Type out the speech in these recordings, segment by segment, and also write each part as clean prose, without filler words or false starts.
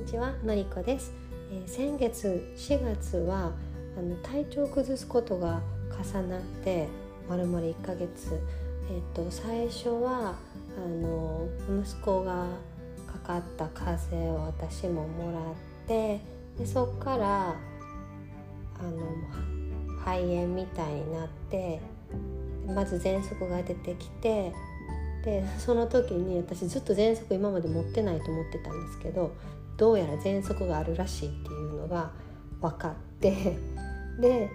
ちは、のりこです。先月4月は体調を崩すことが重なって丸々1ヶ月、最初は息子がかかった風邪を私ももらって、でそっから肺炎みたいになって、まず喘息が出てきて、でその時に私ずっと喘息今まで持ってないと思ってたんですけど、どうやら喘息があるらしいっていうのが分かって、で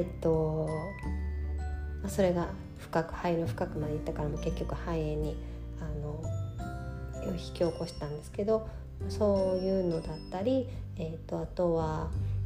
それが肺の深くまでいったから、もう結局肺炎に引き起こしたんですけど、そういうのだったり、あとは、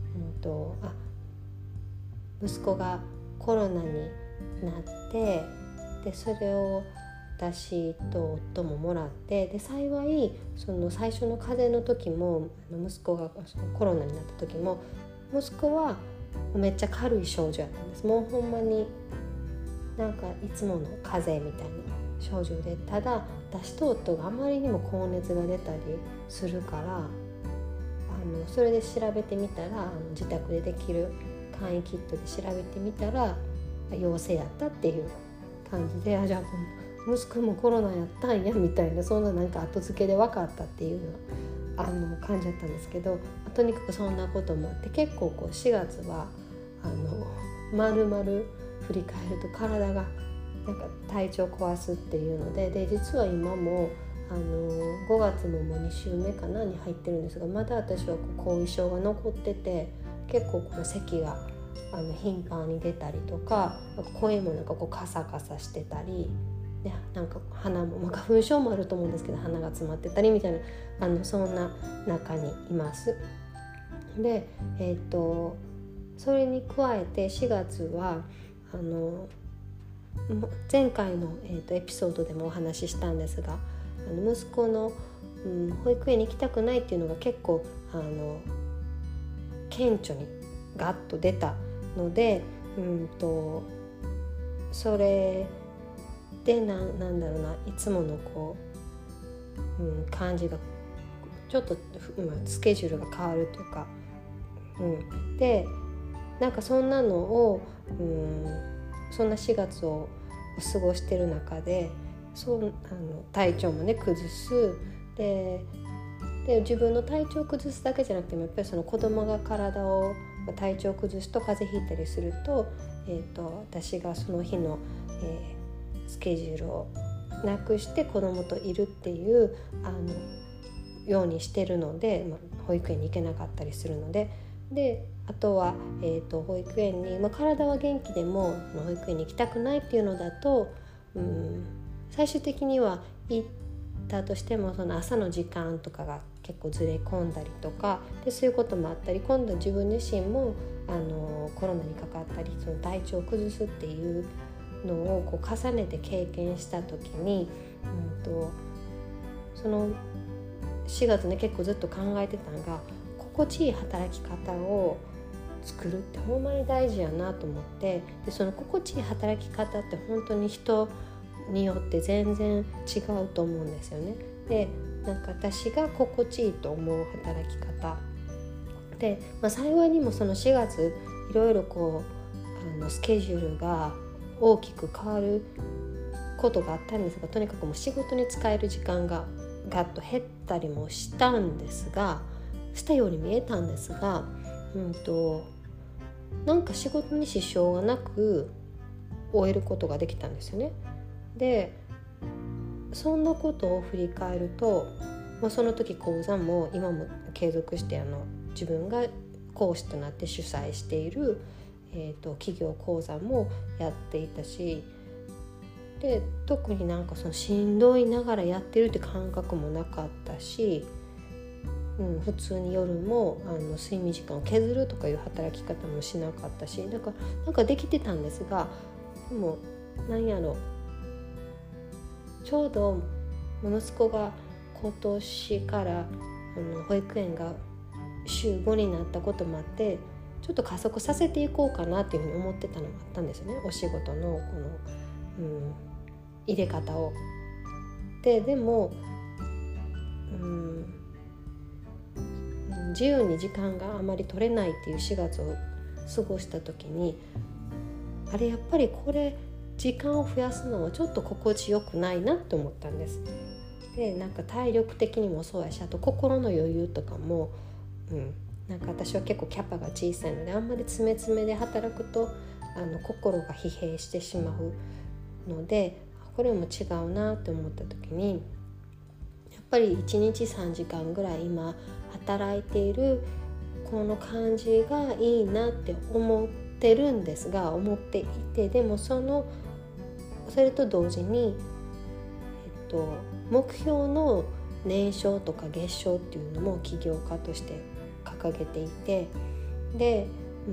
息子がコロナになって、でそれを私と夫ももらって、で幸いその最初の風邪の時も息子がコロナになった時も息子はめっちゃ軽い症状やったんです。もうほんまになんかいつもの風邪みたいな症状で、ただ私と夫があまりにも高熱が出たりするから、それで調べてみたら自宅でできる簡易キットで調べてみたら陽性やったっていう感じで、じゃあ息子もコロナやったんやみたいな、そんななんか後付けで分かったっていうような感じだったんですけど、とにかくそんなこともあって、結構4月は丸々振り返ると体がなんか体調壊すっていうので、実は今も5月ももう2週目かなに入ってるんですが、まだ私は後遺症が残ってて、結構この咳が頻繁に出たりとか、声もなんかカサカサしてたり、でなんか鼻も、花粉症もあると思うんですけど鼻が詰まってたりみたいな、そんな中にいます。でそれに加えて4月は前回の、エピソードでもお話ししたんですが、息子の、保育園に行きたくないっていうのが結構顕著にガッと出たので、それでなんだろうな、いつもの感じがちょっと、スケジュールが変わるというか、でなんかそんなのを、そんな4月を過ごしてる中で、体調もね崩すで自分の体調を崩すだけじゃなくても、やっぱりその子供が体調を崩すと風邪ひいたりすると、私がその日の、スケジュールをなくして子供といるっていうようにしてるので、保育園に行けなかったりするので、あとは、保育園に、体は元気でも保育園に行きたくないっていうのだと、最終的には行ったとしても、その朝の時間とかが結構ずれ込んだりとかで、そういうこともあったり、今度自分自身もコロナにかかったり、その体調を崩すっていうのを重ねて経験した時に、その4月ね結構ずっと考えてたのが、心地いい働き方を作るってほんまに大事やなと思って、でその心地いい働き方って本当に人によって全然違うと思うんですよね。でなんか私が心地いいと思う働き方で、幸いにもその4月いろいろスケジュールが大きく変わることがあったんですが、とにかくもう仕事に使える時間がガッと減ったりもしたように見えたんですが、なんか仕事に支障がなく終えることができたんですよね。でそんなことを振り返ると、その時講座も今も継続して自分が講師となって主催している、企業講座もやっていたし、で特になんかそのしんどいながらやってるって感覚もなかったし、普通に夜も睡眠時間を削るとかいう働き方もしなかったし、だからなんかできてたんですが、でもちょうど息子が今年から保育園が週5になったこともあって、ちょっと加速させていこうかなっていうふうに思ってたのもあったんですよね、お仕事の入れ方を。でも自由に時間があまり取れないっていう4月を過ごした時に、あれやっぱりこれ時間を増やすのはちょっと心地よくないなって思ったんです。でなんか体力的にもそうやし、あと心の余裕とかも、なんか私は結構キャパが小さいので、あんまり詰め詰めで働くと心が疲弊してしまうので、これも違うなって思った時に、やっぱり1日3時間ぐらい今働いているこの感じがいいなって思ってるんですが、思っていて、でもそれと同時に、目標の年商とか月商っていうのも起業家として掲げていて、で、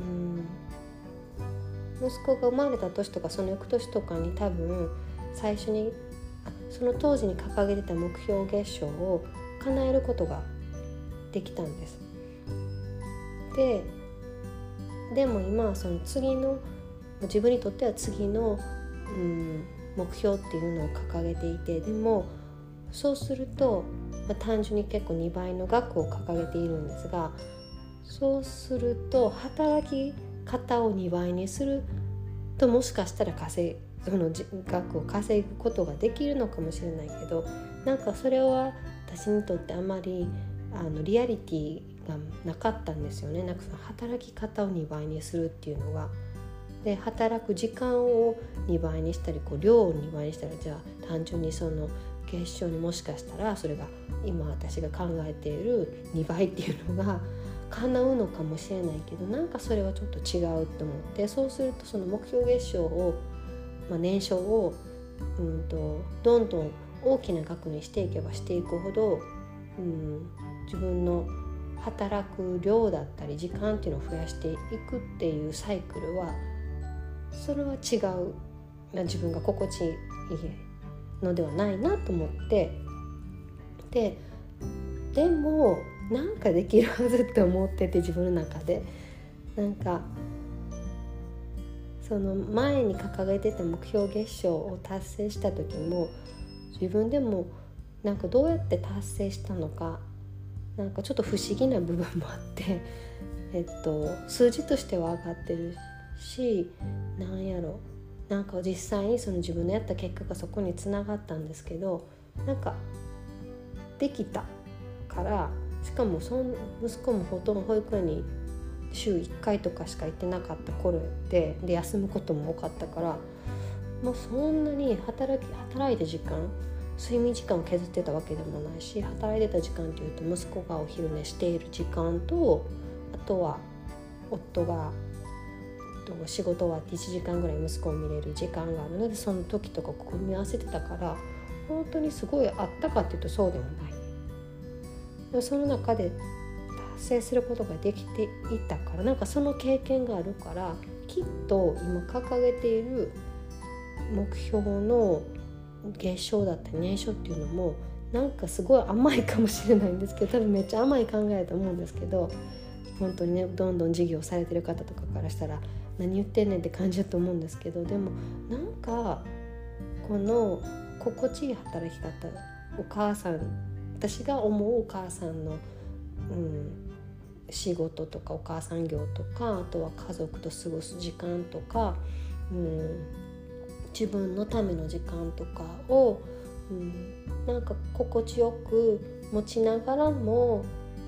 息子が生まれた年とかその翌年とかに多分最初にその当時に掲げてた目標月商を叶えることができたんです。でも今はその次の自分にとっては次の、目標っていうのを掲げていて、でもそうすると、単純に結構2倍の額を掲げているんですが、そうすると働き方を2倍にすると、もしかしたらその額を稼ぐことができるのかもしれないけど、なんかそれは私にとってあまりリアリティがなかったんですよね。なんかその働き方を2倍にするっていうのが、で働く時間を2倍にしたり、量を2倍にしたら、じゃあ単純にその月賞にもしかしたらそれが今私が考えている2倍っていうのが叶うのかもしれないけど、なんかそれはちょっと違うと思って、そうするとその目標月賞を、年商を、どんどん大きな額にしていけばしていくほど、自分の働く量だったり時間っていうのを増やしていくっていうサイクルは、それは違う、自分が心地いいのではないなと思って、でもなんかできるはずって思ってて、自分の中でなんかその前に掲げてた目標月賞を達成した時も、自分でもなんかどうやって達成したのか、なんかちょっと不思議な部分もあって、数字としては上がってるし、なんか実際にその自分のやった結果がそこにつながったんですけど、なんかできたから、しかも息子もほとんど保育園に週1回とかしか行ってなかった頃で休むことも多かったから、もうそんなに働いた時間、睡眠時間を削ってたわけでもないし、働いてた時間というと息子がお昼寝している時間と、あとは夫が仕事終わって1時間ぐらい息子を見れる時間があるので、その時とか組み合わせてたから、本当にすごいあったかっていうとそうでもない。でもその中で達成することができていたから、なんかその経験があるから、きっと今掲げている目標の月賞だったり年賞っていうのも、なんかすごい甘いかもしれないんですけど、多分めっちゃ甘い考えだと思うんですけど、本当にね、どんどん事業されてる方とかからしたら何言ってんねんって感じだと思うんですけど、でもなんかこの心地いい働き方、お母さん、私が思うお母さんの、仕事とかお母さん業とか、あとは家族と過ごす時間とか、自分のための時間とかを、なんか心地よく持ちながらも、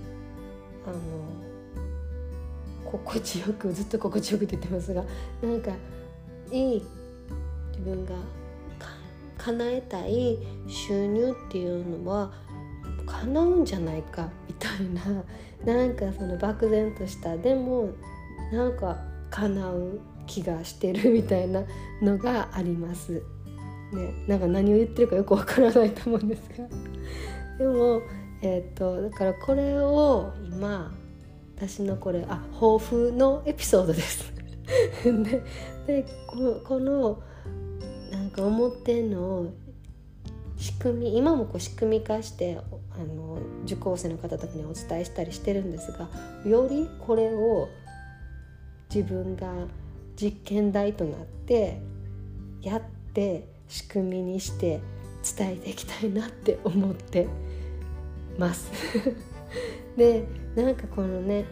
心地よく、ずっと心地よくって言ってますが、なんかいい自分が叶えたい収入っていうのは叶うんじゃないかみたいな、なんかその漠然とした、でもなんか叶う気がしてるみたいなのがあります、ね、なんか何を言ってるかよくわからないと思うんですがでも、だからこれを今私のこれ抱負のエピソードですでこのなんか思ってんのを仕組み、今も仕組み化して受講生の方とかにお伝えしたりしてるんですが、よりこれを自分が実験台となってやって仕組みにして伝えていきたいなって思ってますでなんかこのね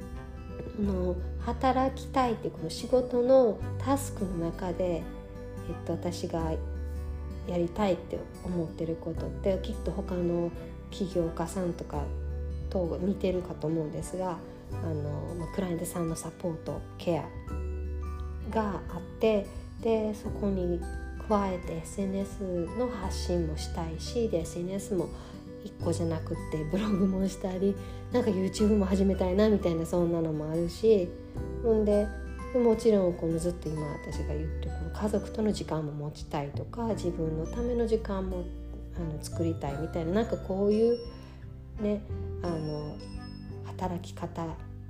働きたいっていうこの仕事のタスクの中で、私がやりたいって思ってることってきっと他の起業家さんとかと似てるかと思うんですが、クライアントさんのサポートケアがあって、でそこに加えて SNS の発信もしたいし、で SNS も1個じゃなくってブログもしたり、なんか YouTube も始めたいなみたいな、そんなのもあるし、ほんでもちろんこのずっと今私が言ってるこの家族との時間も持ちたいとか、自分のための時間も作りたいみたいな、なんかこういうね働き方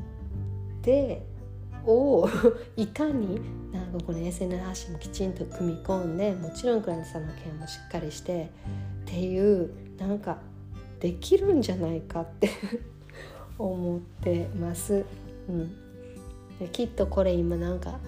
をいかになんかこの SNS 発信もきちんと組み込んで、もちろんクライアントさんのケアもしっかりしてっていう、なんかできるんじゃないかって思ってます、できっとこれ今なんか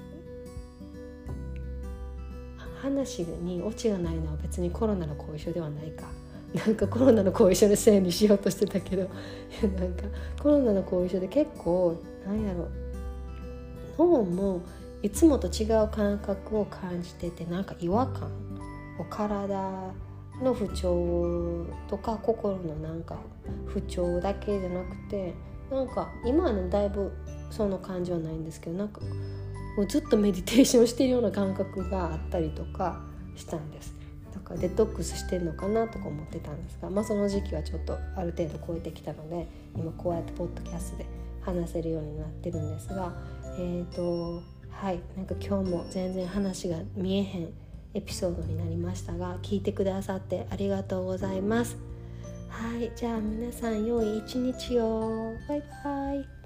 話にオチがないのは別にコロナの後遺症ではないか、なんかコロナの後遺症のせいにしようとしてたけどなんかコロナの後遺症で結構なんやろ、脳もいつもと違う感覚を感じてて、なんか違和感、体の不調とか心のなんか不調だけじゃなくて、なんか今はねだいぶその感じはないんですけど、なんかもうずっとメディテーションしてるような感覚があったりとかしたんです。だからデトックスしてるのかなとか思ってたんですが、その時期はちょっとある程度超えてきたので、今こうやってポッドキャストで話せるようになってるんですが、はい、なんか今日も全然話が見えへんエピソードになりましたが、聞いてくださってありがとうございます。はい、じゃあ皆さん良い一日を。バイバイ。